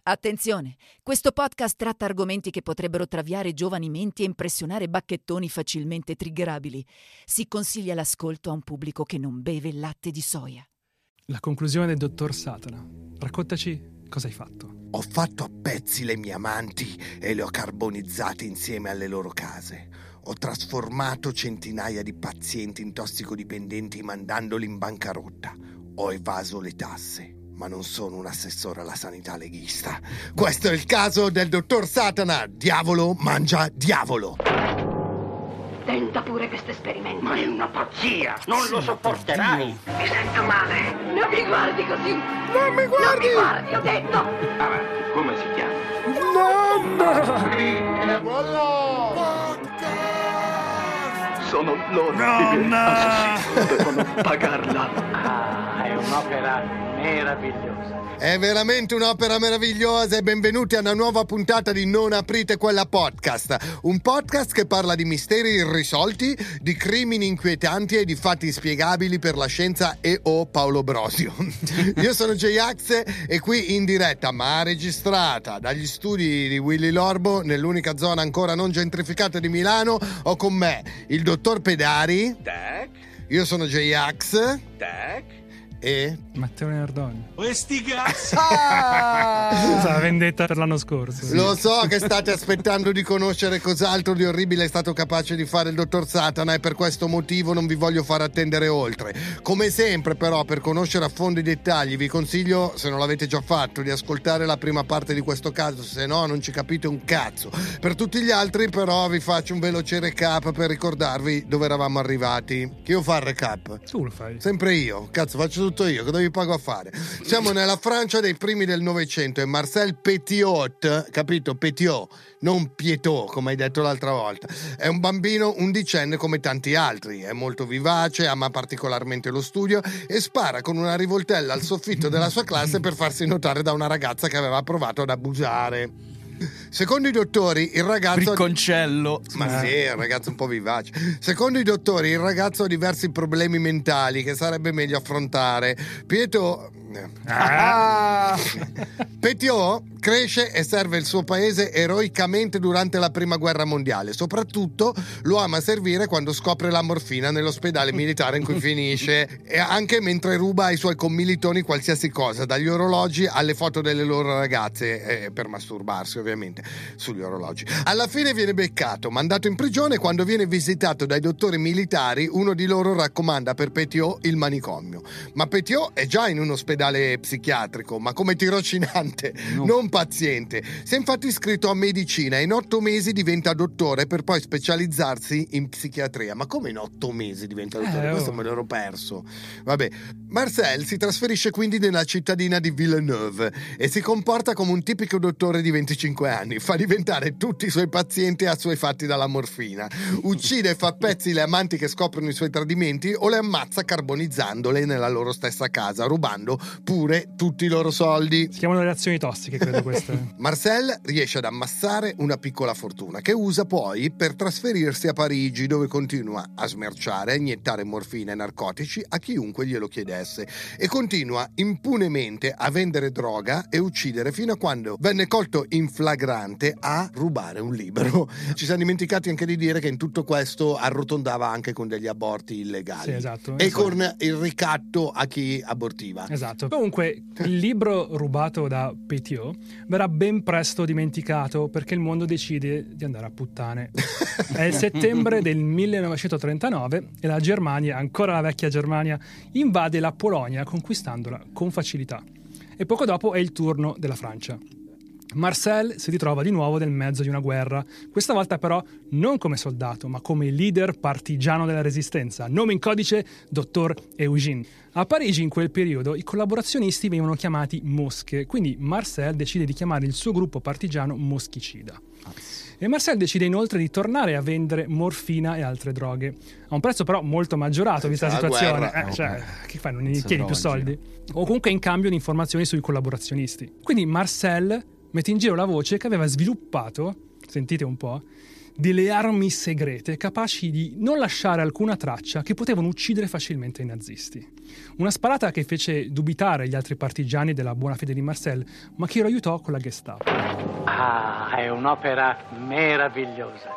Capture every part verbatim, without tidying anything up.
Attenzione, questo podcast tratta argomenti che potrebbero traviare giovani menti e impressionare bacchettoni facilmente triggerabili. Si consiglia l'ascolto a un pubblico che non beve il latte di soia. La conclusione del dottor Satana. Raccontaci cosa hai fatto. Ho fatto a pezzi le mie amanti e le ho carbonizzate insieme alle loro case. Ho trasformato centinaia di pazienti in tossicodipendenti mandandoli in bancarotta. Ho evaso le tasse. Ma non sono un assessore alla sanità leghista. Questo è il caso del dottor Satana. Diavolo mangia diavolo. Tenta pure questo esperimento. Ma è una pazzia, non lo sopporterai. Mi sento male. Non mi guardi così. Non mi guardi. Non mi guardi, ho detto. Avanti, come si chiama? Nonna! Sono loro. Nonna! Devono pagarla. Ah, è un'opera meravigliosa. È veramente un'opera meravigliosa e benvenuti a una nuova puntata di Non aprite quella podcast. Un podcast che parla di misteri irrisolti, di crimini inquietanti e di fatti inspiegabili per la scienza e o Paolo Brosio. Io sono J-Ax e qui in diretta, ma registrata dagli studi di Willy Lorbo, nell'unica zona ancora non gentrificata di Milano, ho con me il dottor Pedari. Tac, Io sono J-Ax. tac. E Matteo Nardoni. Questi cazzi! ah! La vendetta per l'anno scorso. Lo so che state aspettando di conoscere cos'altro di orribile è stato capace di fare il dottor Satana e per questo motivo non vi voglio far attendere oltre. Come sempre però, per conoscere a fondo i dettagli vi consiglio, se non l'avete già fatto, di ascoltare la prima parte di questo caso, se no non ci capite un cazzo. Per tutti gli altri però vi faccio un veloce recap per ricordarvi dove eravamo arrivati. Chi lo fa il recap? Tu lo fai. Sempre io, cazzo, faccio tutto io, cosa vi pago a fare? Siamo nella Francia dei primi del Novecento e Marcel Petiot, capito? Petiot, non Pietò, come hai detto l'altra volta. È un bambino undicenne come tanti altri, è molto vivace, ama particolarmente lo studio e spara con una rivoltella al soffitto della sua classe per farsi notare da una ragazza che aveva provato ad abusare. Secondo i dottori il ragazzo Bricconcello. Ma sì, è un ragazzo un po' vivace. Secondo i dottori il ragazzo ha diversi problemi mentali che sarebbe meglio affrontare. Pietro ah. Petiot cresce e serve il suo paese eroicamente durante la prima guerra mondiale. Soprattutto lo ama servire quando scopre la morfina nell'ospedale militare in cui finisce, e anche mentre ruba ai suoi commilitoni qualsiasi cosa, dagli orologi alle foto delle loro ragazze, eh, per masturbarsi ovviamente sugli orologi. Alla fine viene beccato, mandato in prigione. Quando viene visitato dai dottori militari, uno di loro raccomanda per Petiot il manicomio. Ma Petiot è già in un ospedale psichiatrico, ma come tirocinante, no. non paziente. Si è infatti iscritto a medicina e in otto mesi diventa dottore per poi specializzarsi in psichiatria. Ma come in otto mesi diventa dottore? Eh, Questo oh. me l'ero perso. Vabbè, Marcel si trasferisce quindi nella cittadina di Villeneuve e si comporta come un tipico dottore di venticinque anni. Fa diventare tutti i suoi pazienti assuefatti dalla morfina. Uccide e fa a pezzi le amanti che scoprono i suoi tradimenti o le ammazza carbonizzandole nella loro stessa casa, rubando pure tutti i loro soldi. Si chiamano reazioni tossiche, credo queste. Marcel riesce ad ammassare una piccola fortuna che usa poi per trasferirsi a Parigi, dove continua a smerciare e iniettare morfina e narcotici a chiunque glielo chiedesse e continua impunemente a vendere droga e uccidere fino a quando venne colto in flagrante a rubare un libro. Ci siamo dimenticati anche di dire che in tutto questo arrotondava anche con degli aborti illegali. Sì, esatto. E con il ricatto a chi abortiva. Esatto. Comunque il libro rubato da Petiot verrà ben presto dimenticato perché il mondo decide di andare a puttane. È il settembre del millenovecentotrentanove e la Germania, ancora la vecchia Germania, invade la Polonia conquistandola con facilità. E poco dopo è il turno della Francia. Marcel si ritrova di nuovo nel mezzo di una guerra, questa volta però non come soldato, ma come leader partigiano della resistenza, nome in codice dottor Eugène. A Parigi in quel periodo i collaborazionisti venivano chiamati mosche, quindi Marcel decide di chiamare il suo gruppo partigiano Moschicida. E Marcel decide inoltre di tornare a vendere morfina e altre droghe, a un prezzo però molto maggiorato, vista la situazione. Eh, cioè, che fai, non gli chiedi più soldi? O comunque in cambio di informazioni sui collaborazionisti. Quindi Marcel mette in giro la voce che aveva sviluppato, sentite un po', delle armi segrete capaci di non lasciare alcuna traccia, che potevano uccidere facilmente i nazisti. Una sparata che fece dubitare gli altri partigiani della buona fede di Marcel, ma che lo aiutò con la Gestapo. Ah, è un'opera meravigliosa.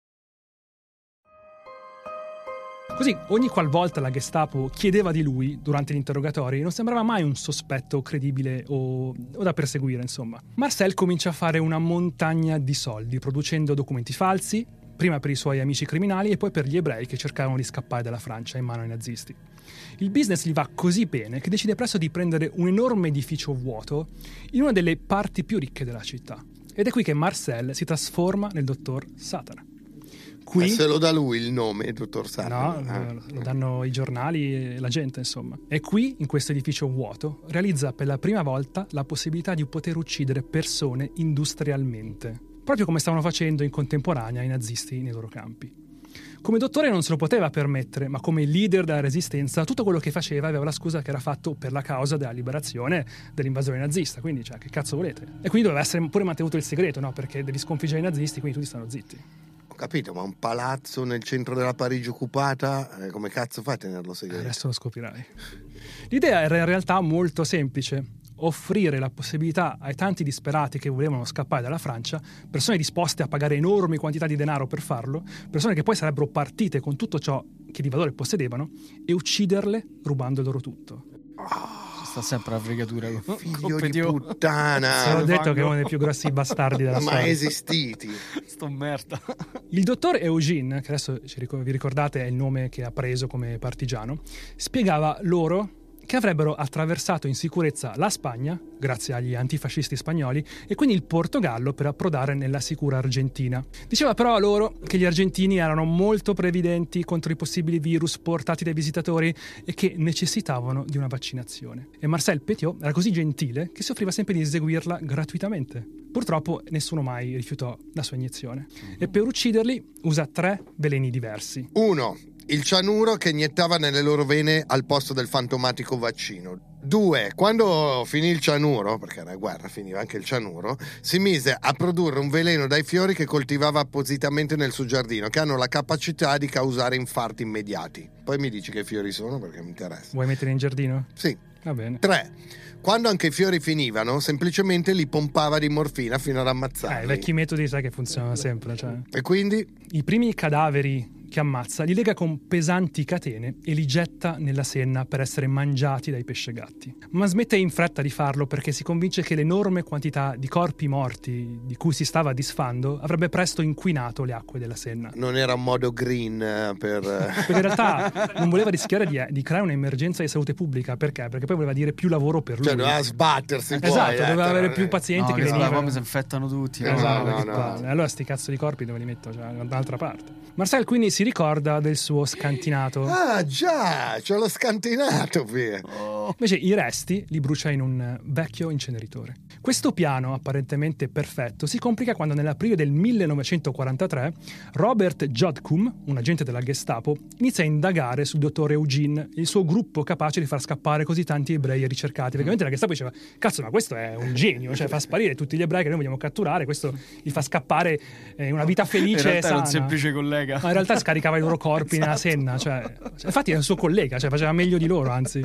Così, ogni qualvolta la Gestapo chiedeva di lui durante gli interrogatori, non sembrava mai un sospetto credibile o, o da perseguire, insomma. Marcel comincia a fare una montagna di soldi, producendo documenti falsi, prima per i suoi amici criminali e poi per gli ebrei che cercavano di scappare dalla Francia in mano ai nazisti. Il business gli va così bene che decide presto di prendere un enorme edificio vuoto in una delle parti più ricche della città. Ed è qui che Marcel si trasforma nel dottor Satana. Qui, ma se lo dà lui il nome, il dottor Satana? No, ah. lo danno i giornali e la gente, insomma. E qui, in questo edificio vuoto, realizza per la prima volta la possibilità di poter uccidere persone industrialmente, proprio come stavano facendo in contemporanea i nazisti nei loro campi. Come dottore non se lo poteva permettere, ma come leader della resistenza, tutto quello che faceva aveva la scusa che era fatto per la causa della liberazione dell'invasione nazista, quindi, cioè, che cazzo volete? E quindi doveva essere pure mantenuto il segreto, no? Perché devi sconfiggere i nazisti, quindi tutti stanno zitti. Capito, ma un palazzo nel centro della Parigi occupata, eh, come cazzo fai a tenerlo segreto? Adesso lo scoprirai. L'idea era in realtà molto semplice: offrire la possibilità ai tanti disperati che volevano scappare dalla Francia, persone disposte a pagare enormi quantità di denaro per farlo, persone che poi sarebbero partite con tutto ciò che di valore possedevano, e ucciderle rubando loro tutto. Oh, sta sempre la fregatura. Figlio di puttana! Se l'ho detto che è uno dei più grossi bastardi della storia. Ma esistiti! Sto merda. Il dottor Eugène, che adesso vi ricordate è il nome che ha preso come partigiano, spiegava loro che avrebbero attraversato in sicurezza la Spagna, grazie agli antifascisti spagnoli, e quindi il Portogallo per approdare nella sicura Argentina. Diceva però a loro che gli argentini erano molto previdenti contro i possibili virus portati dai visitatori e che necessitavano di una vaccinazione. E Marcel Petiot era così gentile che si offriva sempre di eseguirla gratuitamente. Purtroppo nessuno mai rifiutò la sua iniezione. E per ucciderli usa tre veleni diversi. Uno, il cianuro che iniettava nelle loro vene al posto del fantomatico vaccino. Due, quando finì il cianuro, perché era guerra, finiva anche il cianuro, si mise a produrre un veleno dai fiori che coltivava appositamente nel suo giardino, che hanno la capacità di causare infarti immediati. Poi mi dici che fiori sono, perché mi interessa. Vuoi mettere in giardino? Sì. Va bene. Tre, quando anche i fiori finivano, semplicemente li pompava di morfina fino ad ammazzarli. Eh, i vecchi metodi sai che funzionano sempre, cioè. E quindi? I primi cadaveri che ammazza li lega con pesanti catene e li getta nella Senna per essere mangiati dai pescegatti. Ma smette in fretta di farlo perché si convince che l'enorme quantità di corpi morti di cui si stava disfando avrebbe presto inquinato le acque della Senna. Non era un modo green per... Perché in realtà non voleva rischiare di, di creare un'emergenza di salute pubblica. Perché? Perché poi voleva dire più lavoro per lui. Cioè doveva sbattersi poi. Esatto, eh, doveva avere più pazienti no, che che venivano. poi si infettano tutti. No, No, no, che no. palle. Allora sti cazzo di corpi dove li metto? Cioè, da un'altra parte. Marcel quindi si ricorda del suo scantinato. Ah già, c'ho lo scantinato qui. Oh. Invece i resti li brucia in un vecchio inceneritore. Questo piano apparentemente perfetto si complica quando nell'aprile del millenovecentoquarantatré Robert Jodcum, un agente della Gestapo, inizia a indagare sul dottor Eugène, il suo gruppo capace di far scappare così tanti ebrei ricercati. Perché ovviamente la Gestapo diceva: cazzo, ma questo è un genio, cioè fa sparire tutti gli ebrei che noi vogliamo catturare, questo li fa scappare eh, una vita felice in realtà e sana. era un semplice collega. Ma in realtà scaricava i loro corpi esatto. nella Senna, cioè, infatti era il suo collega, cioè faceva meglio di loro, anzi.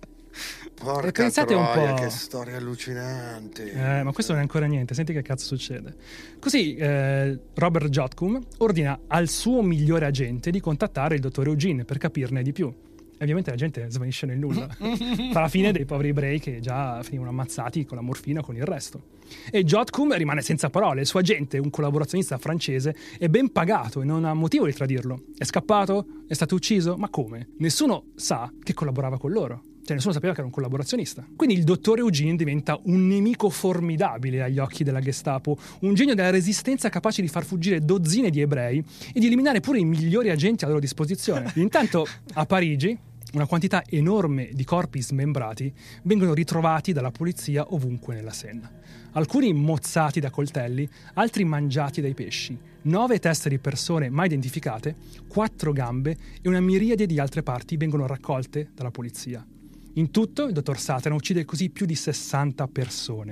Porca E pensate un troia, po'. che storia allucinante. Eh, ma questo non è ancora niente, senti che cazzo succede. Così eh, Robert Jodcum ordina al suo migliore agente di contattare il dottor Eugène per capirne di più. E ovviamente la gente svanisce nel nulla. Fa la fine dei poveri ebrei che già finivano ammazzati con la morfina con il resto. E Jodcum rimane senza parole. Il suo agente, un collaborazionista francese, è ben pagato e non ha motivo di tradirlo. È scappato? È stato ucciso? Ma come? Nessuno sa che collaborava con loro. Cioè nessuno sapeva che era un collaborazionista. Quindi il dottor Eugène diventa un nemico formidabile agli occhi della Gestapo, un genio della resistenza capace di far fuggire dozzine di ebrei e di eliminare pure i migliori agenti a loro disposizione. Intanto a Parigi una quantità enorme di corpi smembrati vengono ritrovati dalla polizia ovunque nella Senna. Alcuni mozzati da coltelli, altri mangiati dai pesci, nove teste di persone mai identificate, quattro gambe e una miriade di altre parti vengono raccolte dalla polizia. In tutto, il dottor Satana uccide così più di sessanta persone.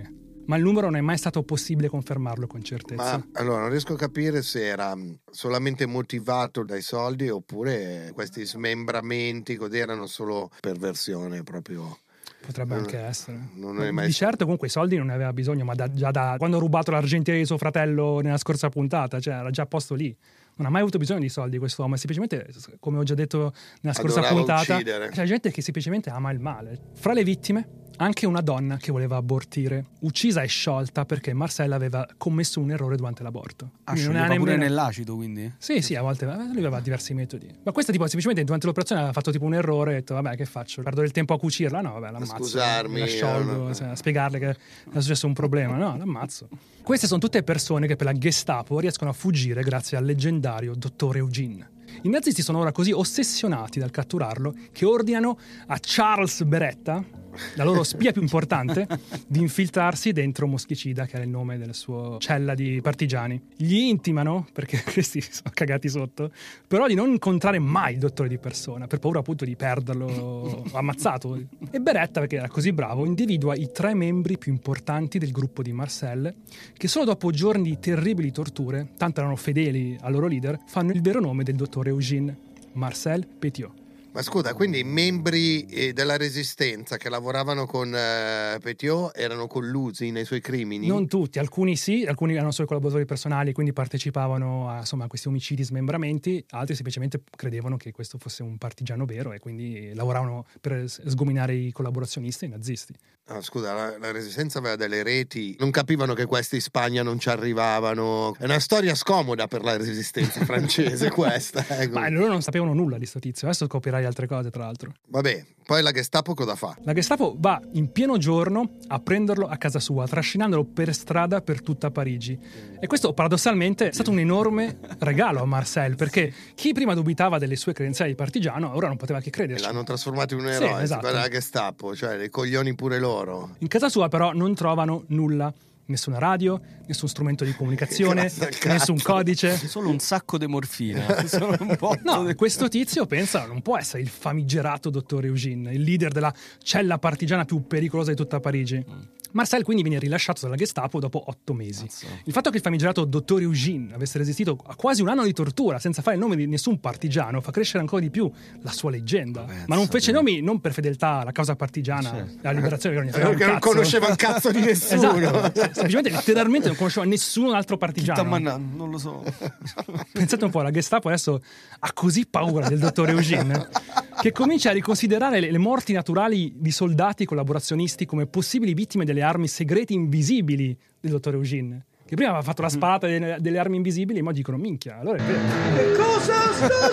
ma il numero non è mai stato possibile confermarlo con certezza. Ma allora non riesco a capire se era solamente motivato dai soldi oppure questi smembramenti così erano solo perversione proprio. Potrebbe anche essere. Non è mai... Di certo comunque i soldi non ne aveva bisogno, ma da, già da quando ha rubato l'argenteria di suo fratello nella scorsa puntata, cioè era già a posto lì. Non ha mai avuto bisogno di soldi quest'uomo, semplicemente, come ho già detto nella scorsa Adorava puntata, uccidere. c'è gente che semplicemente ama il male. Fra le vittime anche una donna che voleva abortire, uccisa e sciolta perché Marcella aveva commesso un errore durante l'aborto. Ah, Quindi non scioglieva ha pure nemmeno... nell'acido, quindi? Sì, sì, a volte lui aveva diversi metodi. Ma questa tipo semplicemente durante l'operazione aveva fatto tipo un errore e ha detto vabbè che faccio? Perdo del tempo a cucirla? No, vabbè, l'ammazzo. Scusarmi, la sciolgo, no, no. cioè, a spiegarle che è successo un problema. No, l'ammazzo. Queste sono tutte persone che per la Gestapo riescono a fuggire grazie al leggendario dottore Eugene. I nazisti sono ora così ossessionati dal catturarlo che ordinano a Charles Beretta, la loro spia più importante, di infiltrarsi dentro Moschicida, che era il nome della sua cella di partigiani. Gli intimano, perché questi sono cagati sotto, però di non incontrare mai il dottore di persona, per paura appunto di perderlo ammazzato. E Beretta, perché era così bravo, individua i tre membri più importanti del gruppo di Marcel, che solo dopo giorni di terribili torture, tanto erano fedeli al loro leader, fanno il vero nome del dottore Eugene, Marcel Petiot. Ma scusa, quindi i membri eh, della Resistenza che lavoravano con eh, Petiot erano collusi nei suoi crimini? Non tutti, alcuni sì, alcuni erano suoi collaboratori personali, quindi partecipavano a, insomma, a questi omicidi, smembramenti, altri semplicemente credevano che questo fosse un partigiano vero e quindi lavoravano per sgominare i collaborazionisti e i nazisti. Ah, scusa, la, la Resistenza aveva delle reti, non capivano che questi in Spagna non ci arrivavano. È una storia scomoda per la Resistenza francese questa. Eh. Ma loro non sapevano nulla di sto tizio, adesso scoprirai altre cose tra l'altro. Vabbè, poi la Gestapo cosa fa? La Gestapo va in pieno giorno a prenderlo a casa sua, trascinandolo per strada per tutta Parigi. E questo paradossalmente è stato un enorme regalo a Marcel, perché chi prima dubitava delle sue credenziali di partigiano ora non poteva che crederci. E l'hanno trasformato in un eroe, sì, esatto. La Gestapo, cioè dei coglioni pure loro. In casa sua però non trovano nulla, nessuna radio, nessun strumento di comunicazione, nessun codice, solo un sacco di morfina. Solo un po'. No, questo tizio pensa non può essere il famigerato dottore Eugene, il leader della cella partigiana più pericolosa di tutta Parigi. Mm. Marcel quindi viene rilasciato dalla Gestapo dopo otto mesi. Mazza. Il fatto che il famigerato dottore Eugene avesse resistito a quasi un anno di tortura senza fare il nome di nessun partigiano fa crescere ancora di più la sua leggenda. Mazza, ma non fece beh. nomi non per fedeltà alla causa partigiana, sì. alla liberazione, che non, perché non conosceva il cazzo di nessuno. Esatto. Semplicemente letteralmente non conosceva nessun altro partigiano. Manando, non lo so. Pensate un po', la Gestapo adesso ha così paura del dottore Eugene che comincia a riconsiderare le, le morti naturali di soldati collaborazionisti come possibili vittime delle armi segrete invisibili del dottore Eugene, che prima aveva fatto la sparata delle, delle armi invisibili e ora dicono minchia, allora è vero. Che cosa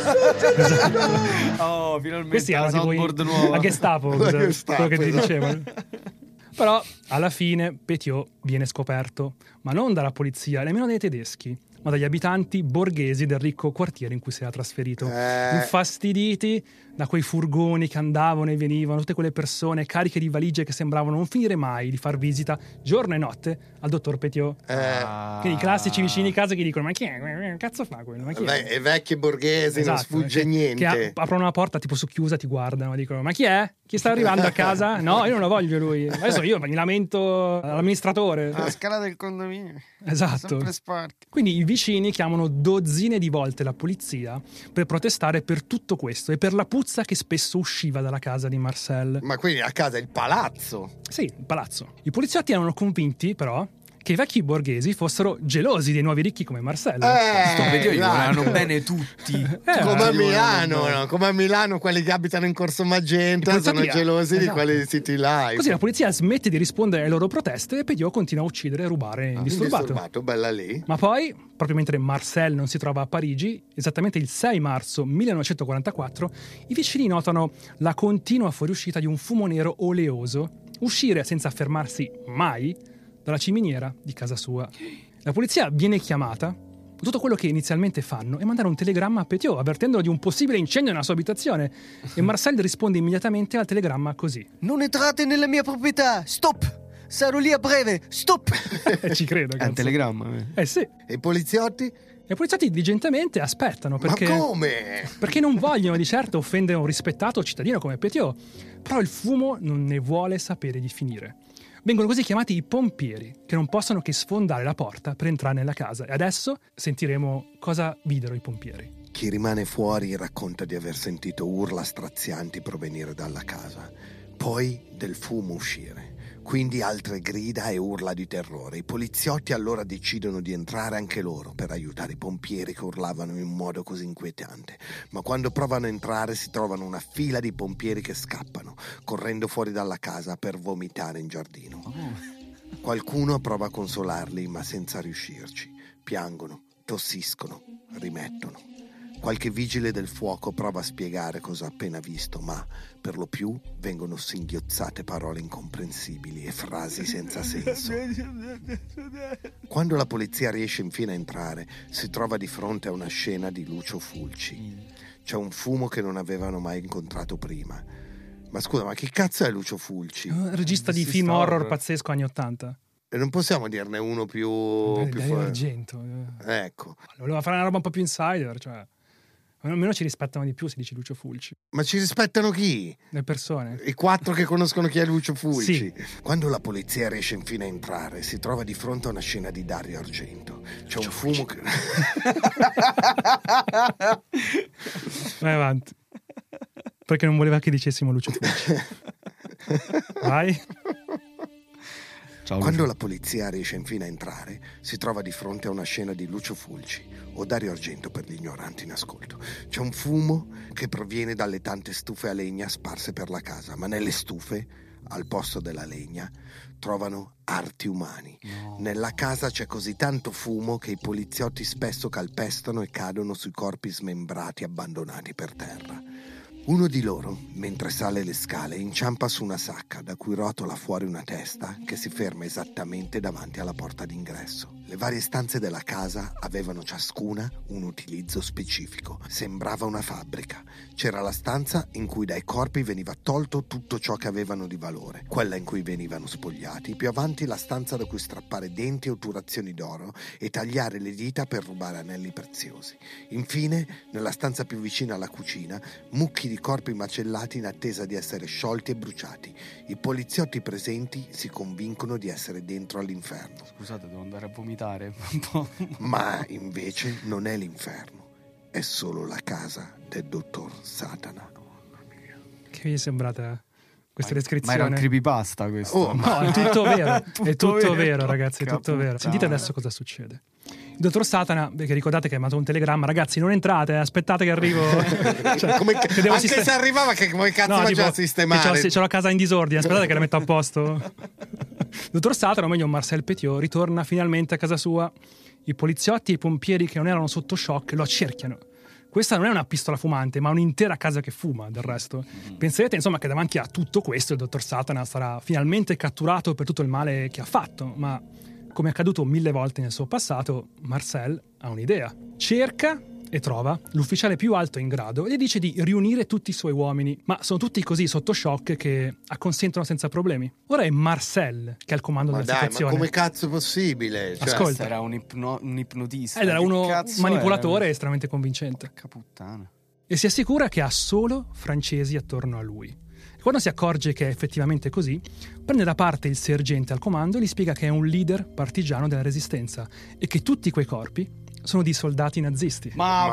sta succedendo? Oh, finalmente questi erano tipo nuova. la Gestapo, la Gestapo, quello che ti no. dicevano. Però alla fine Petiot viene scoperto, ma non dalla polizia, nemmeno dai tedeschi, ma dagli abitanti borghesi del ricco quartiere in cui si era trasferito, eh. infastiditi da quei furgoni che andavano e venivano, tutte quelle persone cariche di valigie che sembravano non finire mai di far visita giorno e notte al dottor Petiot. Eh. Quindi i classici vicini di casa che dicono ma chi è? Che cazzo fa quello? Ma chi è? E vecchi borghesi, esatto, non sfugge che, niente. Che aprono una porta tipo socchiusa, ti guardano, dicono ma chi è? Chi sta arrivando a casa? No, io non lo voglio lui. Adesso io mi lamento all'amministratore. La scala del condominio. Esatto. Sempre sporchi. Quindi i vicini chiamano dozzine di volte la polizia per protestare per tutto questo e per la puzza che spesso usciva dalla casa di Marcel. Ma quindi a casa il palazzo? Sì, il palazzo. I poliziotti erano convinti però che i vecchi borghesi fossero gelosi dei nuovi ricchi come Marcel. Eh, Sto video gli esatto. volevano bene tutti. Eh, come a Gli Milano, volevano no? Come a Milano quelli che abitano in Corso Magenta sono gelosi esatto. di quelli siti live. Così la polizia smette di rispondere alle loro proteste e Petiot continua a uccidere e rubare indisturbato. Indisturbato, bella lì. Ma poi, proprio mentre Marcel non si trova a Parigi, esattamente il sei marzo millenovecentoquarantaquattro, i vicini notano la continua fuoriuscita di un fumo nero oleoso uscire senza fermarsi mai dalla ciminiera di casa sua. La polizia viene chiamata. Tutto quello che inizialmente fanno è mandare un telegramma a Petiot avvertendolo di un possibile incendio nella sua abitazione e Marcel risponde immediatamente al telegramma così: non entrate nella mia proprietà, stop! Sarò lì a breve, stop! E ci credo, È un telegramma. Eh sì. E i poliziotti? E i poliziotti diligentemente aspettano perché, Ma come? Perché non vogliono di certo offendere un rispettato cittadino come Petiot, però il fumo non ne vuole sapere di finire. Vengono così chiamati i pompieri, che non possono che sfondare la porta per entrare nella casa. E adesso sentiremo cosa videro i pompieri. Chi rimane fuori racconta di aver sentito urla strazianti provenire dalla casa, poi del fumo uscire. Quindi altre grida e urla di terrore. I poliziotti allora decidono di entrare anche loro per aiutare i pompieri che urlavano in un modo così inquietante. Ma quando provano a entrare si trovano una fila di pompieri che scappano, correndo fuori dalla casa per vomitare in giardino. Qualcuno prova a consolarli, ma senza riuscirci. Piangono, tossiscono, rimettono. Qualche vigile del fuoco prova a spiegare cosa ha appena visto, ma per lo più vengono singhiozzate parole incomprensibili e frasi senza senso. Quando la polizia riesce infine a entrare, si trova di fronte a una scena di Lucio Fulci. C'è un fumo che non avevano mai incontrato prima. Ma scusa, ma chi cazzo è Lucio Fulci? Un regista di film horror pazzesco anni ottanta. E non possiamo dirne uno più... Beh, più Dario fu- Argento. Ecco. Voleva fare una roba un po' più insider, cioè... Almeno ci rispettano di più se dici Lucio Fulci. Ma ci rispettano chi? Le persone. I quattro che conoscono chi è Lucio Fulci. Sì. Quando la polizia riesce infine a entrare, si trova di fronte a una scena di Dario Argento. C'è Lucio un fumo Fulci. che... Vai avanti. Perché non voleva che dicessimo Lucio Fulci. Vai. Ciao, Quando la polizia riesce infine a entrare, si trova di fronte a una scena di Lucio Fulci o Dario Argento per gli ignoranti in ascolto. C'è un fumo che proviene dalle tante stufe a legna sparse per la casa, ma nelle stufe, al posto della legna, trovano arti umani. No. Nella casa c'è così tanto fumo che i poliziotti spesso calpestano e cadono sui corpi smembrati abbandonati per terra. Uno di loro, mentre sale le scale, inciampa su una sacca da cui rotola fuori una testa che si ferma esattamente davanti alla porta d'ingresso. Le varie stanze della casa avevano ciascuna un utilizzo specifico. Sembrava una fabbrica. C'era la stanza in cui dai corpi veniva tolto tutto ciò che avevano di valore, quella in cui venivano spogliati, più avanti la stanza da cui strappare denti o turazioni d'oro e tagliare le dita per rubare anelli preziosi. Infine, nella stanza più vicina alla cucina, mucchi di corpi macellati in attesa di essere sciolti e bruciati. I poliziotti presenti si convincono di essere dentro all'inferno. Scusate, devo andare a vomitare un po'. Ma invece non è l'inferno, è solo la casa del dottor Satana. Che vi è sembrata questa ma, descrizione? Ma era un creepypasta questo. Oh, no, è tutto vero, tutto è tutto vero, vero ragazzi, è tutto vero. Sentite adesso cosa succede. Il dottor Satana, perché ricordate che ha mandato un telegramma, ragazzi non entrate, aspettate che arrivo. Cioè, come, che devo anche sistem- se arrivava che come cazzo no, faceva a sistemare? C'ho, c'ho la casa in disordine, aspettate che la metto a posto. Il dottor Satana, o meglio Marcel Petiot, ritorna finalmente a casa sua. I poliziotti e i pompieri che non erano sotto shock lo accerchiano. Questa non è una pistola fumante, ma un'intera casa che fuma, del resto. Penserete, insomma, che davanti a tutto questo il dottor Satana sarà finalmente catturato per tutto il male che ha fatto, ma come è accaduto mille volte nel suo passato, Marcel ha un'idea. Cerca e trova l'ufficiale più alto in grado e gli dice di riunire tutti i suoi uomini, ma sono tutti così sotto shock che acconsentono senza problemi. Ora è Marcel che è al comando ma della dai, situazione. Ma come cazzo è possibile? Cioè, Ascolta, era un, ipno- un ipnotista. Ed era uno manipolatore era? estremamente convincente. Porca puttana. E si assicura che ha solo francesi attorno a lui. E quando si accorge che è effettivamente così, prende da parte il sergente al comando e gli spiega che è un leader partigiano della resistenza e che tutti quei corpi sono di soldati nazisti. Ma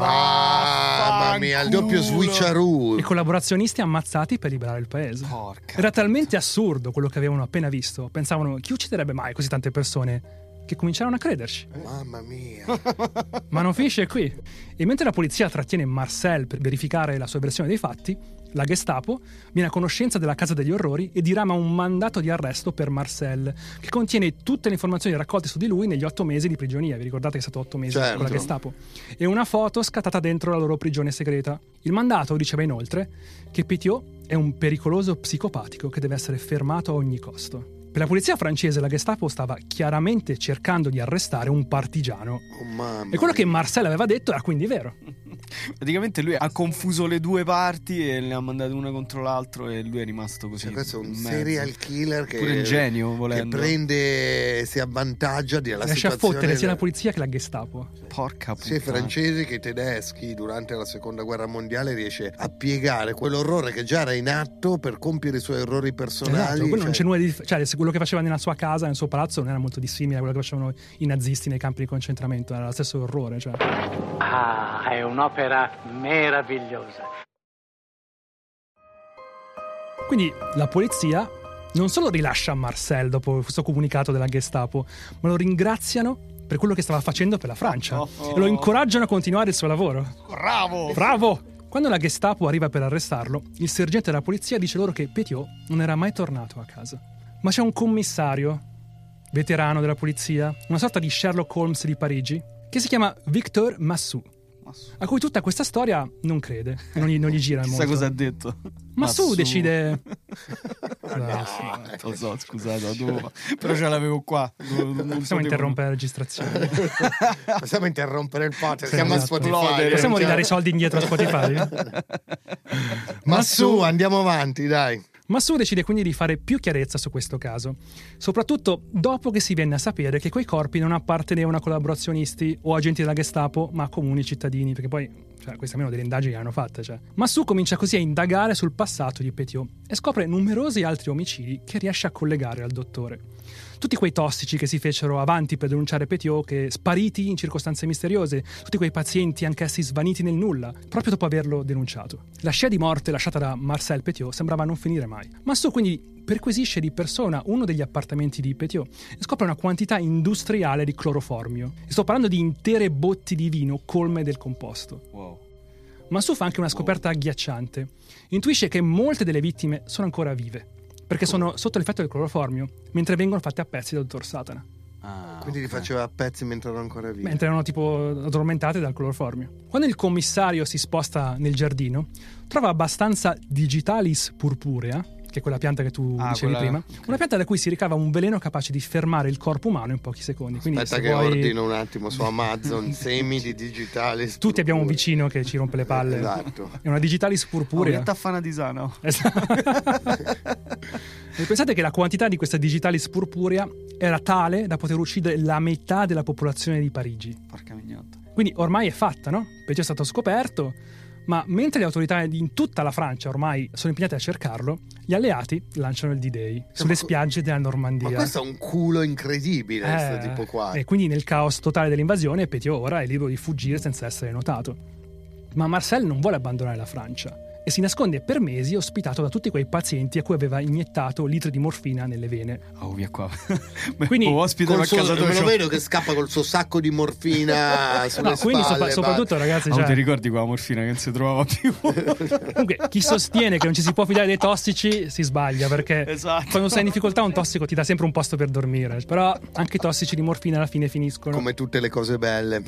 mamma mia, il doppio switcheroo. E collaborazionisti ammazzati per liberare il paese. Porca Era talmente assurdo quello che avevano appena visto. Pensavano, chi ucciderebbe mai così tante persone? Che cominciarono a crederci. Mamma mia. Ma non finisce qui. E mentre la polizia trattiene Marcel per verificare la sua versione dei fatti, la Gestapo viene a conoscenza della Casa degli Orrori e dirama un mandato di arresto per Marcel, che contiene tutte le informazioni raccolte su di lui negli otto mesi di prigionia. Vi ricordate che è stato otto mesi certo. con la Gestapo? E una foto scattata dentro la loro prigione segreta. Il mandato diceva inoltre che Petiot è un pericoloso psicopatico che deve essere fermato a ogni costo. Per la polizia francese la Gestapo stava chiaramente cercando di arrestare un partigiano. Oh, mamma e quello mia. che Marcel aveva detto era quindi vero. Praticamente lui ha confuso le due parti e le ha mandate una contro l'altro e lui è rimasto così. Cioè, questo è un mezzo. serial killer che, pure un genio, volendo. Che prende, si avvantaggia della riesce a situazione. fottere sia la polizia che la Gestapo. Porca puttana. Sia i francesi che i tedeschi durante la seconda guerra mondiale riesce a piegare quell'orrore che già era in atto per compiere i suoi errori personali. Esatto, quello cioè... non c'è nulla di, cioè quello che faceva nella sua casa, nel suo palazzo, non era molto dissimile a quello che facevano i nazisti nei campi di concentramento, era lo stesso orrore. Cioè. Ah, è un'opera meravigliosa. Quindi la polizia non solo rilascia Marcel dopo questo comunicato della Gestapo, ma lo ringraziano per quello che stava facendo per la Francia oh, oh. e lo incoraggiano a continuare il suo lavoro. Bravo! Bravo! Quando la Gestapo arriva per arrestarlo, il sergente della polizia dice loro che Petiot non era mai tornato a casa. Ma c'è un commissario, veterano della polizia, una sorta di Sherlock Holmes di Parigi, che si chiama Victor Massou, a cui tutta questa storia non crede, non gli, non gli gira Chissà molto. cosa ha detto. Massou decide... no, lo so, scusate, dovevo... però ce l'avevo qua. Non Possiamo interrompere la registrazione. Possiamo interrompere il podcast. Sì, Siamo esatto. a Spotify. Possiamo cioè... ridare i soldi indietro a Spotify? Ma su, andiamo avanti, dai. Massou decide quindi di fare più chiarezza su questo caso, soprattutto dopo che si venne a sapere che quei corpi non appartenevano a collaborazionisti o agenti della Gestapo, ma a comuni cittadini, perché poi, cioè, queste almeno delle indagini le hanno fatte. Cioè. Massou comincia così a indagare sul passato di Petiot e scopre numerosi altri omicidi che riesce a collegare al dottore. Tutti quei tossici che si fecero avanti per denunciare Petiot, che spariti in circostanze misteriose, tutti quei pazienti anch'essi svaniti nel nulla, proprio dopo averlo denunciato. La scia di morte lasciata da Marcel Petiot sembrava non finire mai. Massou quindi perquisisce di persona uno degli appartamenti di Petiot e scopre una quantità industriale di cloroformio. E sto parlando di intere botti di vino colme del composto. Wow. Massou fa anche una scoperta agghiacciante. Intuisce che molte delle vittime sono ancora vive, perché sono sotto l'effetto del cloroformio, mentre vengono fatte a pezzi dal dottor Satana. Ah, Quindi okay. li faceva a pezzi mentre erano ancora vivi. Mentre erano tipo addormentate dal cloroformio. Quando il commissario si sposta nel giardino, trova abbastanza Digitalis purpurea, che è quella pianta che tu ah, dicevi quella... prima, okay. una pianta da cui si ricava un veleno capace di fermare il corpo umano in pochi secondi. Quindi, aspetta se che vuoi... ordino un attimo su Amazon semi di Digitalis Tutti purpurea. abbiamo un vicino che ci rompe le palle. Esatto. È una Digitalis purpurea. Oh, taffana di sano. Esatto. E pensate che la quantità di questa Digitalis purpurea era tale da poter uccidere la metà della popolazione di Parigi. Porca mignotta. Quindi ormai è fatta, no? Petiot è stato scoperto, ma mentre le autorità in tutta la Francia ormai sono impegnate a cercarlo, gli alleati lanciano il D-Day sulle spiagge della Normandia. Ma questo è un culo incredibile, questo Eh, tipo qua. E quindi nel caos totale dell'invasione Petiot ora è libero di fuggire senza essere notato. Ma Marcel non vuole abbandonare la Francia e si nasconde per mesi ospitato da tutti quei pazienti a cui aveva iniettato litri di morfina nelle vene. Oh, via qua. Quindi oh, ospite Col a suo, casa me lo vedo che scappa col suo sacco di morfina sulle No, quindi spalle, sopra- soprattutto ragazzi, Oh, cioè, ti ricordi quella morfina che non si trovava più? comunque chi sostiene che non ci si può fidare dei tossici si sbaglia, perché Esatto. quando sei in difficoltà un tossico ti dà sempre un posto per dormire, però anche i tossici di morfina alla fine finiscono. come tutte le cose belle.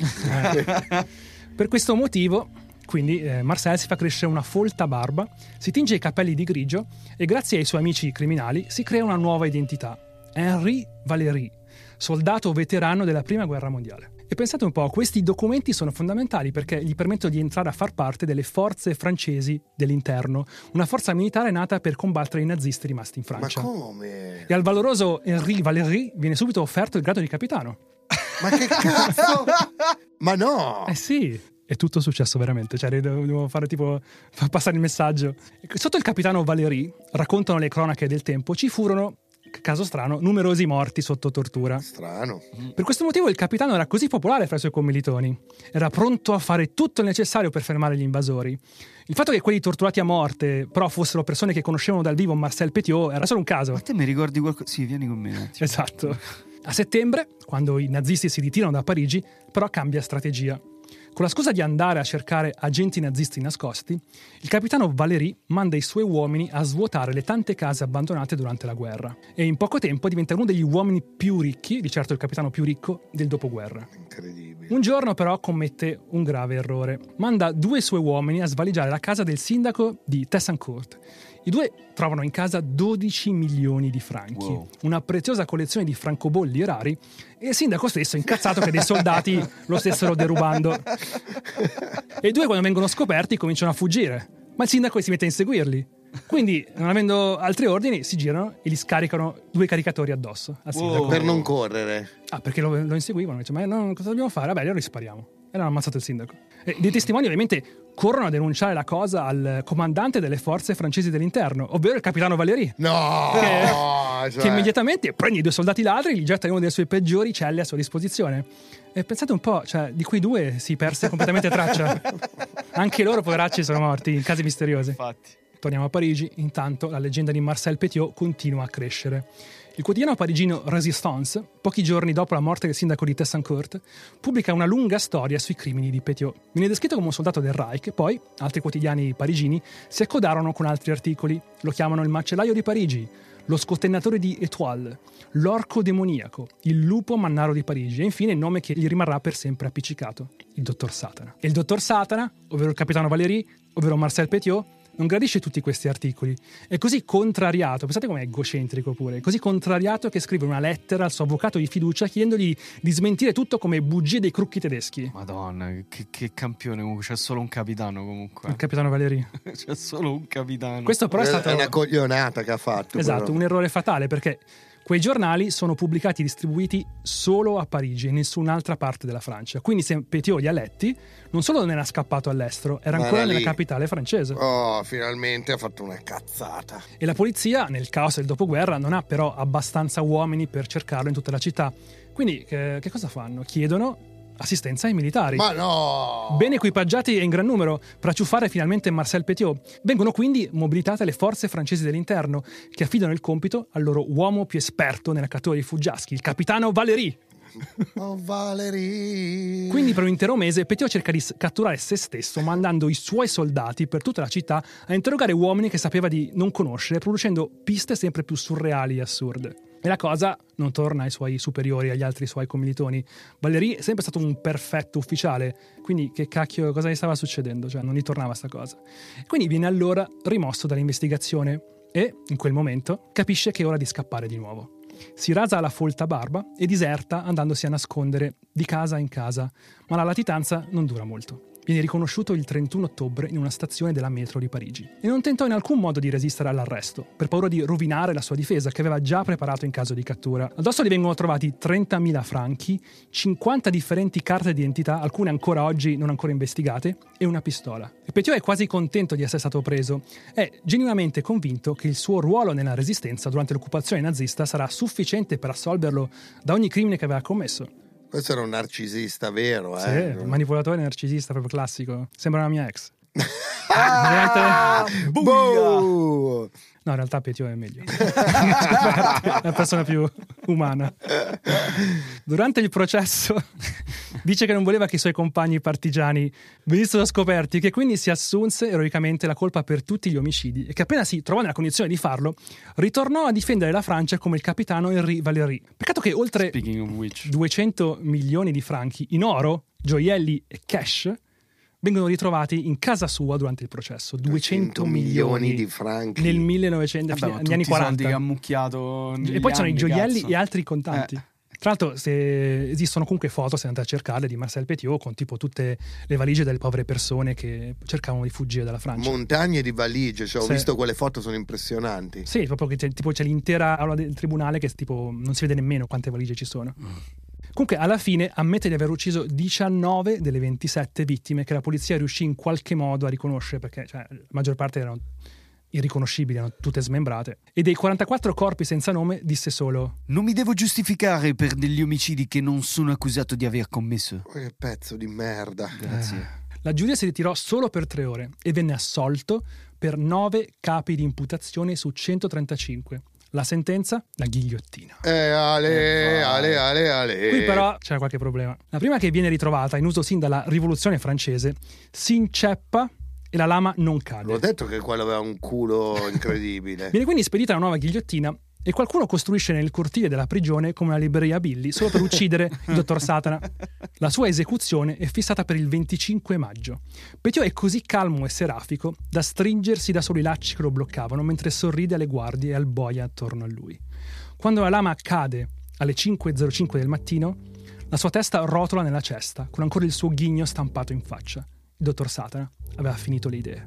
Eh. Per questo motivo quindi eh, Marcel si fa crescere una folta barba, si tinge i capelli di grigio e grazie ai suoi amici criminali si crea una nuova identità: Henri Valéry, soldato veterano della prima guerra mondiale. E pensate un po', questi documenti sono fondamentali perché gli permettono di entrare a far parte delle forze francesi dell'interno, una forza militare nata per combattere i nazisti rimasti in Francia. Ma come? E al valoroso Henri Valéry viene subito offerto il grado di capitano. Ma che cazzo? Ma no! Eh sì, è tutto successo veramente, cioè devo fare tipo far passare il messaggio. Sotto il capitano Valéry, raccontano le cronache del tempo, ci furono, caso strano, numerosi morti sotto tortura. Strano. Per questo motivo il capitano era così popolare fra i suoi commilitoni. Era pronto a fare tutto il necessario per fermare gli invasori. Il fatto che quelli torturati a morte però fossero persone che conoscevano dal vivo Marcel Petiot era solo un caso. Ma te mi ricordi qualcosa? Sì, vieni con me un attimo. Esatto. A settembre, quando i nazisti si ritirano da Parigi, però cambia strategia. Con la scusa di andare a cercare agenti nazisti nascosti, il capitano Valéry manda i suoi uomini a svuotare le tante case abbandonate durante la guerra e in poco tempo diventa uno degli uomini più ricchi, di certo il capitano più ricco, del dopoguerra. Incredibile. Un giorno però commette un grave errore. Manda due suoi uomini a svaligiare la casa del sindaco di Tessancourt. I due trovano in casa dodici milioni di franchi, wow. Una preziosa collezione di francobolli rari, e il sindaco stesso incazzato che dei soldati lo stessero derubando. E i due, quando vengono scoperti, cominciano a fuggire, ma il sindaco si mette a inseguirli. Quindi, non avendo altri ordini, si girano e gli scaricano due caricatori addosso al sindaco. Wow. Per non correre. Ah, perché lo, lo inseguivano. Dice, ma no, cosa dobbiamo fare? Vabbè, allora rispariamo. E hanno ammazzato il sindaco. E dei testimoni ovviamente corrono a denunciare la cosa al comandante delle forze francesi dell'interno, ovvero il capitano Valéry. No! Che, cioè... che immediatamente prende i due soldati ladri e li getta in una delle sue peggiori celle a sua disposizione. E pensate un po', cioè, di quei due si perse completamente traccia. Anche loro, poveracci, sono morti in casi misteriosi. Infatti. Torniamo a Parigi. Intanto la leggenda di Marcel Petiot continua a crescere. Il quotidiano parigino Résistance, pochi giorni dopo la morte del sindaco di Tessancourt, pubblica una lunga storia sui crimini di Petiot. Viene descritto come un soldato del Reich, poi altri quotidiani parigini si accodarono con altri articoli. Lo chiamano il macellaio di Parigi, lo scotennatore di Étoile, l'orco demoniaco, il lupo mannaro di Parigi e infine il nome che gli rimarrà per sempre appiccicato, il dottor Satana. E il dottor Satana, ovvero il capitano Valéry, ovvero Marcel Petiot, non gradisce tutti questi articoli. È così contrariato, pensate com'è egocentrico pure, così contrariato che scrive una lettera al suo avvocato di fiducia chiedendogli di smentire tutto come bugie dei crucchi tedeschi. Madonna, che, che campione, comunque c'è solo un capitano comunque. Il capitano Valéry. C'è solo un capitano. Questo però è stato... È una coglionata che ha fatto. Esatto, però. un errore fatale perché quei giornali sono pubblicati e distribuiti solo a Parigi e in nessun'altra parte della Francia. Quindi se Petiot li ha letti, non solo non era scappato all'estero, era Ma ancora era nella lì. capitale francese. Oh, finalmente ha fatto una cazzata. E la polizia, nel caos del dopoguerra, non ha però abbastanza uomini per cercarlo in tutta la città. Quindi che, che cosa fanno? Chiedono assistenza ai militari. Ma no! Ben equipaggiati e in gran numero per acciuffare finalmente Marcel Petiot. Vengono quindi mobilitate le forze francesi dell'interno che affidano il compito al loro uomo più esperto nella cattura di fuggiaschi, il capitano Valéry. Oh, Valéry! Quindi per un intero mese Petiot cerca di catturare se stesso mandando i suoi soldati per tutta la città a interrogare uomini che sapeva di non conoscere, producendo piste sempre più surreali e assurde. E la cosa non torna ai suoi superiori, agli altri suoi commilitoni. Valéry è sempre stato un perfetto ufficiale, quindi che cacchio, cosa gli stava succedendo? Cioè non gli tornava sta cosa. Quindi viene allora rimosso dall'investigazione e, in quel momento, capisce che è ora di scappare di nuovo. Si rasa la folta barba e diserta andandosi a nascondere di casa in casa, ma la latitanza non dura molto. Viene riconosciuto il trentuno ottobre in una stazione della metro di Parigi e non tentò in alcun modo di resistere all'arresto, per paura di rovinare la sua difesa che aveva già preparato in caso di cattura. Addosso gli vengono trovati trentamila franchi, cinquanta differenti carte d'identità, alcune ancora oggi non ancora investigate, e una pistola. E Petiot è quasi contento di essere stato preso. È genuinamente convinto che il suo ruolo nella resistenza durante l'occupazione nazista sarà sufficiente per assolverlo da ogni crimine che aveva commesso. Questo era un narcisista vero, Sì, eh? un manipolatore narcisista proprio classico. Sembra una mia ex. Ah, no, in realtà Petiot è meglio. È una persona più umana. Durante il processo dice che non voleva che i suoi compagni partigiani venissero scoperti, che quindi si assunse eroicamente la colpa per tutti gli omicidi e che appena si trovò nella condizione di farlo ritornò a difendere la Francia come il capitano Henri Valéry. Peccato che oltre duecento milioni di franchi in oro, gioielli e cash vengono ritrovati in casa sua durante il processo. duecento milioni di franchi nel millenovecento, Vabbè, negli anni quaranta. Soldi che ha ammucchiato E poi c'erano i gioielli cazzo. e altri contanti. Eh. Tra l'altro, se esistono comunque foto, se andate a cercarle, di Marcel Petiot con tipo tutte le valigie delle povere persone che cercavano di fuggire dalla Francia. Montagne di valigie, cioè, ho Sì. visto quelle foto, sono impressionanti. Sì, proprio che c'è, tipo, c'è l'intera aula del tribunale che tipo non si vede nemmeno quante valigie ci sono. Mm. Comunque, alla fine ammette di aver ucciso diciannove delle ventisette vittime che la polizia riuscì in qualche modo a riconoscere, perché cioè, la maggior parte erano irriconoscibili, erano tutte smembrate. E dei quarantaquattro corpi senza nome disse solo: non mi devo giustificare per degli omicidi che non sono accusato di aver commesso. Oh, che pezzo di merda. Grazie. La giuria si ritirò solo per tre ore e venne assolto per nove capi di imputazione su centotrentacinque. La sentenza? La ghigliottina. Eh, ale, ale, ale, ale. Qui però c'era qualche problema. La prima, che viene ritrovata, in uso sin dalla rivoluzione francese, si inceppa e la lama non cade. L'ho detto che quello aveva un culo incredibile. Viene quindi spedita una nuova ghigliottina e qualcuno costruisce nel cortile della prigione come una libreria Billy solo per uccidere il dottor Satana. La sua esecuzione è fissata per il venticinque maggio. Petiot è così calmo e serafico da stringersi da solo i lacci che lo bloccavano mentre sorride alle guardie e al boia attorno a lui. Quando la lama cade alle cinque e zero cinque del mattino, la sua testa rotola nella cesta con ancora il suo ghigno stampato in faccia. dottor Satana aveva finito le idee.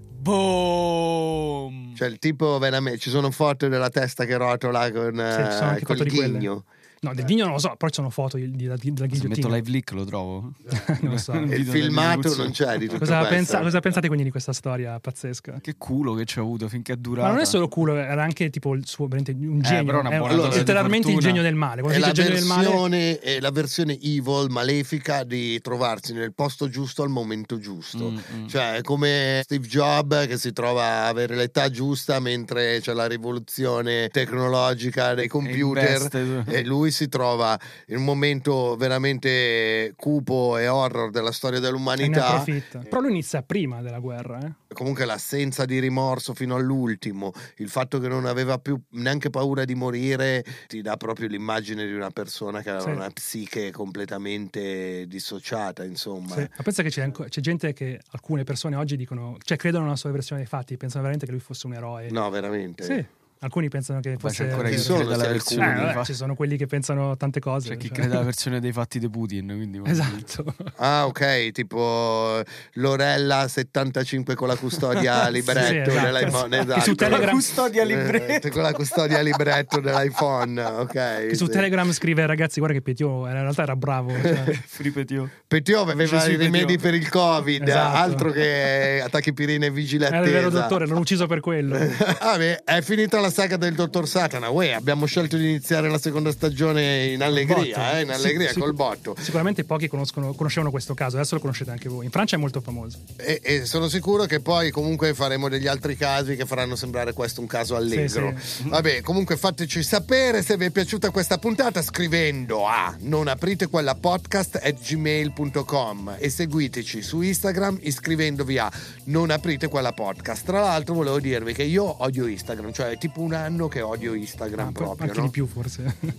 Boom! Cioè il tipo veramente, ci sono foto della testa che rotola con, Sì, ci sono anche eh, col foto di quelle. ghigno. No, del ghigno non lo so, però ci sono foto di, di, di, della Se ghigliottina. metto live leak lo trovo. Non lo so. E il filmato non c'è di tutto Cosa, questo. pensa, cosa pensate quindi di questa storia pazzesca? Che culo che ci ha avuto finché è durata. Ma non è solo culo, era anche tipo il suo veramente un genio. Eh, però una è buona dose di letteralmente il fortuna. genio del male. È Quando la, dice genio del male, versione, è la versione evil, malefica di trovarsi nel posto giusto al momento giusto. Mm, mm. Cioè è come Steve Jobs che si trova a avere l'età giusta mentre c'è la rivoluzione tecnologica dei computer investe. e lui si trova in un momento veramente cupo e horror della storia e ne dell'umanità. approfitta. Però lui inizia prima della guerra, eh? Comunque l'assenza di rimorso fino all'ultimo, il fatto che non aveva più neanche paura di morire, ti dà proprio l'immagine di una persona che aveva Sì. una psiche completamente dissociata, insomma. Sì. Ma pensa che c'è, anco- c'è gente che alcune persone oggi dicono, cioè credono nella sua versione dei fatti, pensano veramente che lui fosse un eroe. No, veramente. Sì. Alcuni pensano che Poi fosse c'è ancora chi chi sono crede alla questi versione Eh, dei vabbè, fa- ci sono quelli che pensano tante cose. C'è chi cioè. crede alla versione dei fatti di Putin, quindi Esatto. Ah, ok, tipo Lorella settantacinque con la custodia libretto Sì, esatto. dell'iPhone. Che su Esatto. Telegram- custodia libretto. Eh, con la custodia libretto dell'iPhone, ok. Che su sì. Telegram scrive, ragazzi, guarda che Petiot in realtà era bravo. Cioè. Fripetio. Petiot aveva Gesù i rimedi Petiot. per il Covid, Esatto. altro che attacchi pirine e vigili Era il vero attesa. dottore, l'hanno ucciso per quello. Ah, beh, è finita la saga del dottor Satana. Uè, abbiamo scelto di iniziare la seconda stagione in allegria, Botto. eh, in allegria Sì, sì. col botto. Sicuramente pochi conoscono, conoscevano questo caso, adesso lo conoscete anche voi. In Francia è molto famoso. E, e sono sicuro che poi comunque faremo degli altri casi che faranno sembrare questo un caso allegro. Sì, Vabbè, comunque fateci sapere se vi è piaciuta questa puntata scrivendo a non aprite quella podcast at gmail punto com e seguiteci su Instagram iscrivendovi a non aprite quella podcast. Tra l'altro volevo dirvi che io odio Instagram, cioè è tipo un anno che odio Instagram Ah, poi proprio, anche no? di più forse.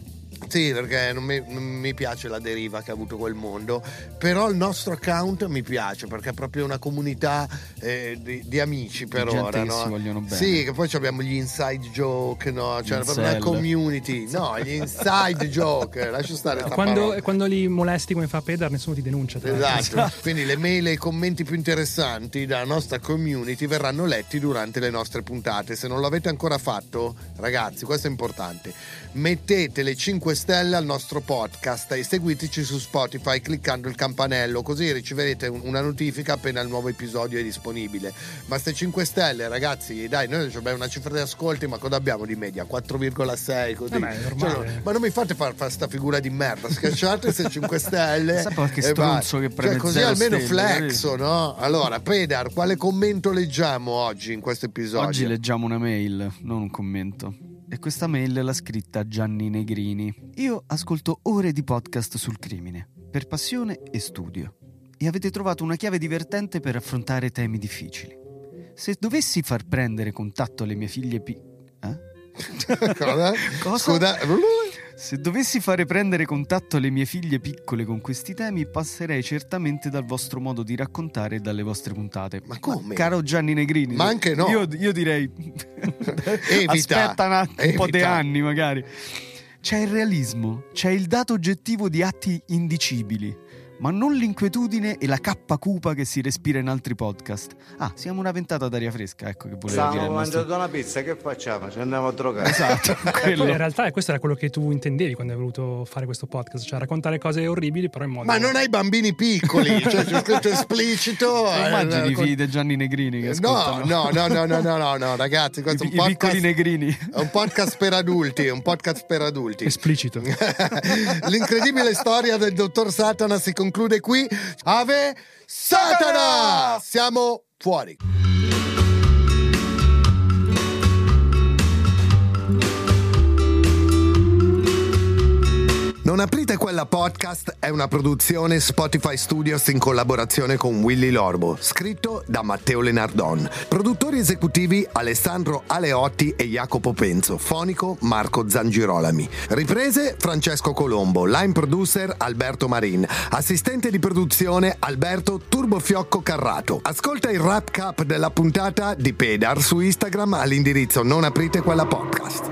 Sì, perché non mi, non mi piace la deriva che ha avuto quel mondo, però il nostro account mi piace perché è proprio una comunità eh, di, di amici per Di gente ora, che no? si vogliono bene. Sì, che poi abbiamo gli inside joke, no? Cioè proprio una Incel. community, no, gli inside joke, lascia stare sta Quando, parola. quando li molesti come fa Pedar, nessuno ti denuncia. tra l'altro. Esatto, quindi le mail e i commenti più interessanti dalla nostra community verranno letti durante le nostre puntate. Se non l'avete ancora fatto, ragazzi, questo è importante, mettete le cinque stelle al nostro podcast e seguiteci su Spotify cliccando il campanello, così riceverete un- una notifica appena il nuovo episodio è disponibile. Ma ste cinque stelle, ragazzi, dai, noi abbiamo una cifra di ascolti, ma cosa abbiamo di media? quattro virgola sei così. Vabbè, è normale. Cioè, ma non mi fate fare fa sta figura di merda, schiacciate queste cinque stelle. Sa qualche e stronzo vai. che prende Cioè, così zero almeno stelle, flexo, no? Allora, Pedar, quale commento leggiamo oggi in questo episodio? Oggi leggiamo una mail, non un commento. E questa mail l'ha scritta Gianni Negrini. Io ascolto ore di podcast sul crimine, per passione e studio. E avete trovato una chiave divertente per affrontare temi difficili. Se dovessi far prendere contatto alle mie figlie pi... Eh? Cosa? Cosa? Scusa. Se dovessi fare prendere contatto alle mie figlie piccole con questi temi, passerei certamente dal vostro modo di raccontare e dalle vostre puntate. Ma come? Caro Gianni Negrini, Ma anche no. Io, io direi Evita. aspetta un, att- un po' di Evita. anni magari. C'è il realismo, c'è il dato oggettivo di atti indicibili, ma non l'inquietudine e la cappa cupa che si respira in altri podcast. Ah, siamo una ventata d'aria fresca, ecco che voleva dire. Stavamo il nostro- mangiando una pizza, che facciamo? Ci andiamo a drogare. Esatto, quello. Poi in realtà questo era quello che tu intendevi quando hai voluto fare questo podcast, cioè raccontare cose orribili però in modo... Ma non hai bambini piccoli, cioè c'è scritto esplicito. Non eh, immagini i con- figli di Gianni Negrini che No, ascoltano? no, no, no, no, no, no, no, ragazzi, questo I, è un i piccoli podcast, negrini. è un podcast per adulti, è un podcast per adulti. Esplicito. L'incredibile storia del dottor Satana si conclude qui. Ave Satana! Siamo fuori. Non aprite quella podcast è una produzione Spotify Studios in collaborazione con Willy Lorbo, scritto da Matteo Lenardon. Produttori esecutivi Alessandro Aleotti e Jacopo Penzo, fonico Marco Zangirolami. Riprese Francesco Colombo, line producer Alberto Marin, assistente di produzione Alberto Turbofiocco Carrato. Ascolta il wrap up della puntata di Pedar su Instagram all'indirizzo Non aprite quella podcast.